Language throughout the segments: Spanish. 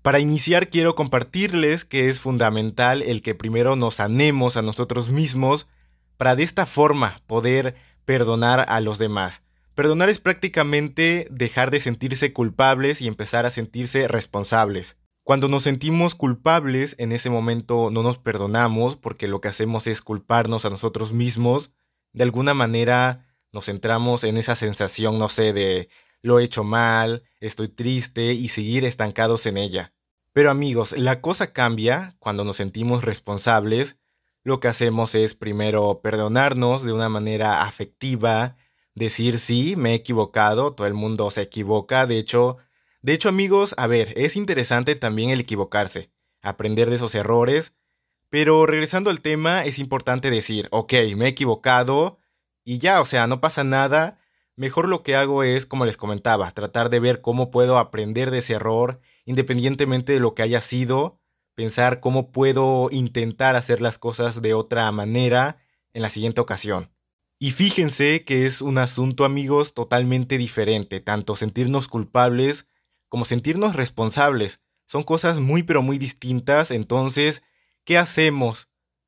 Para iniciar quiero compartirles que es fundamental el que primero nos sanemos a nosotros mismos para de esta forma poder perdonar a los demás. Perdonar es prácticamente dejar de sentirse culpables y empezar a sentirse responsables. Cuando nos sentimos culpables, en ese momento no nos perdonamos porque lo que hacemos es culparnos a nosotros mismos. De alguna manera nos centramos en esa sensación, no sé, de lo he hecho mal, estoy triste y seguir estancados en ella. Pero amigos, la cosa cambia cuando nos sentimos responsables. Lo que hacemos es primero perdonarnos de una manera afectiva, decir sí, me he equivocado, todo el mundo se equivoca, de hecho amigos, a ver, es interesante también el equivocarse, aprender de esos errores, pero regresando al tema, es importante decir, ok, me he equivocado y ya, o sea, no pasa nada. Mejor lo que hago es, como les comentaba, tratar de ver cómo puedo aprender de ese error, independientemente de lo que haya sido, pensar cómo puedo intentar hacer las cosas de otra manera en la siguiente ocasión. Y fíjense que es un asunto, amigos, totalmente diferente, tanto sentirnos culpables como sentirnos responsables. Son cosas muy pero muy distintas, entonces, ¿qué hacemos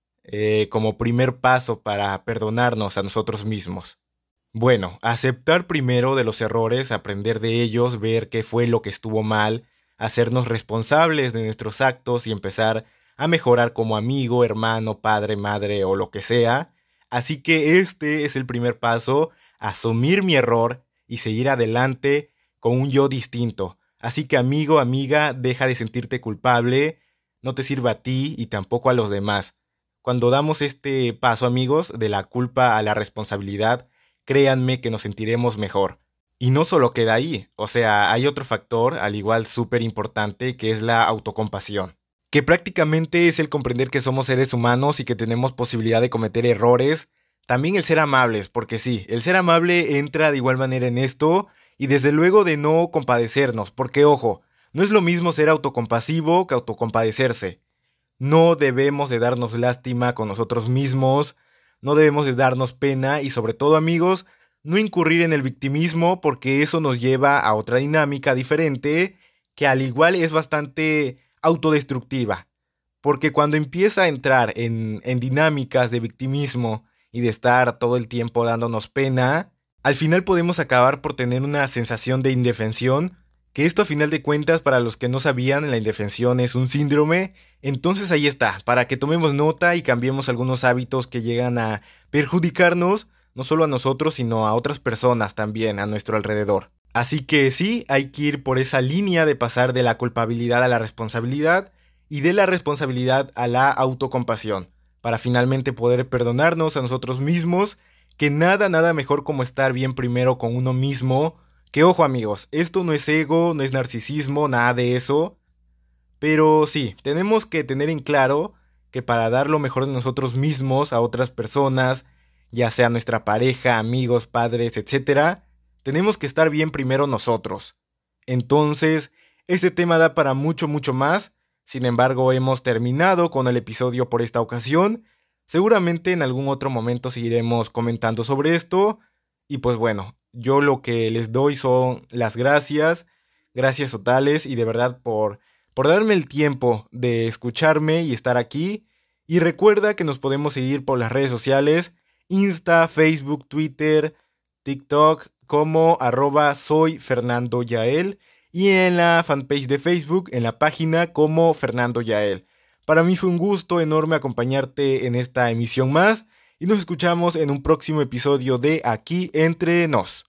como primer paso para perdonarnos a nosotros mismos? Bueno, aceptar primero de los errores, aprender de ellos, ver qué fue lo que estuvo mal, hacernos responsables de nuestros actos y empezar a mejorar como amigo, hermano, padre, madre o lo que sea. Así que este es el primer paso, asumir mi error y seguir adelante con un yo distinto. Así que amigo, amiga, deja de sentirte culpable, no te sirva a ti y tampoco a los demás. Cuando damos este paso, amigos, de la culpa a la responsabilidad, créanme que nos sentiremos mejor. Y no solo queda ahí, o sea, hay otro factor, al igual súper importante, que es la autocompasión, que prácticamente es el comprender que somos seres humanos y que tenemos posibilidad de cometer errores. También el ser amables, porque sí, el ser amable entra de igual manera en esto, y desde luego de no compadecernos, porque ojo, no es lo mismo ser autocompasivo que autocompadecerse. No debemos de darnos lástima con nosotros mismos, no debemos de darnos pena y sobre todo amigos, no incurrir en el victimismo porque eso nos lleva a otra dinámica diferente que al igual es bastante autodestructiva. Porque cuando empieza a entrar en dinámicas de victimismo y de estar todo el tiempo dándonos pena, al final podemos acabar por tener una sensación de indefensión, que esto a final de cuentas para los que no sabían, la indefensión es un síndrome. Entonces ahí está, para que tomemos nota y cambiemos algunos hábitos que llegan a perjudicarnos, no solo a nosotros, sino a otras personas también a nuestro alrededor. Así que sí, hay que ir por esa línea de pasar de la culpabilidad a la responsabilidad y de la responsabilidad a la autocompasión, para finalmente poder perdonarnos a nosotros mismos, que nada mejor como estar bien primero con uno mismo, que ojo amigos, esto no es ego, no es narcisismo, nada de eso. Pero sí, tenemos que tener en claro que para dar lo mejor de nosotros mismos a otras personas, ya sea nuestra pareja, amigos, padres, etcétera, tenemos que estar bien primero nosotros. Entonces, este tema da para mucho más. Sin embargo, hemos terminado con el episodio por esta ocasión. Seguramente en algún otro momento seguiremos comentando sobre esto. Y pues bueno, yo lo que les doy son las gracias, gracias totales y de verdad por darme el tiempo de escucharme y estar aquí. Y recuerda que nos podemos seguir por las redes sociales, Insta, Facebook, Twitter, TikTok, como @soy Fernando Yael, y en la fanpage de Facebook, en la página como Fernando Yael. Para mí fue un gusto enorme acompañarte en esta emisión más, y nos escuchamos en un próximo episodio de Aquí Entre Nos.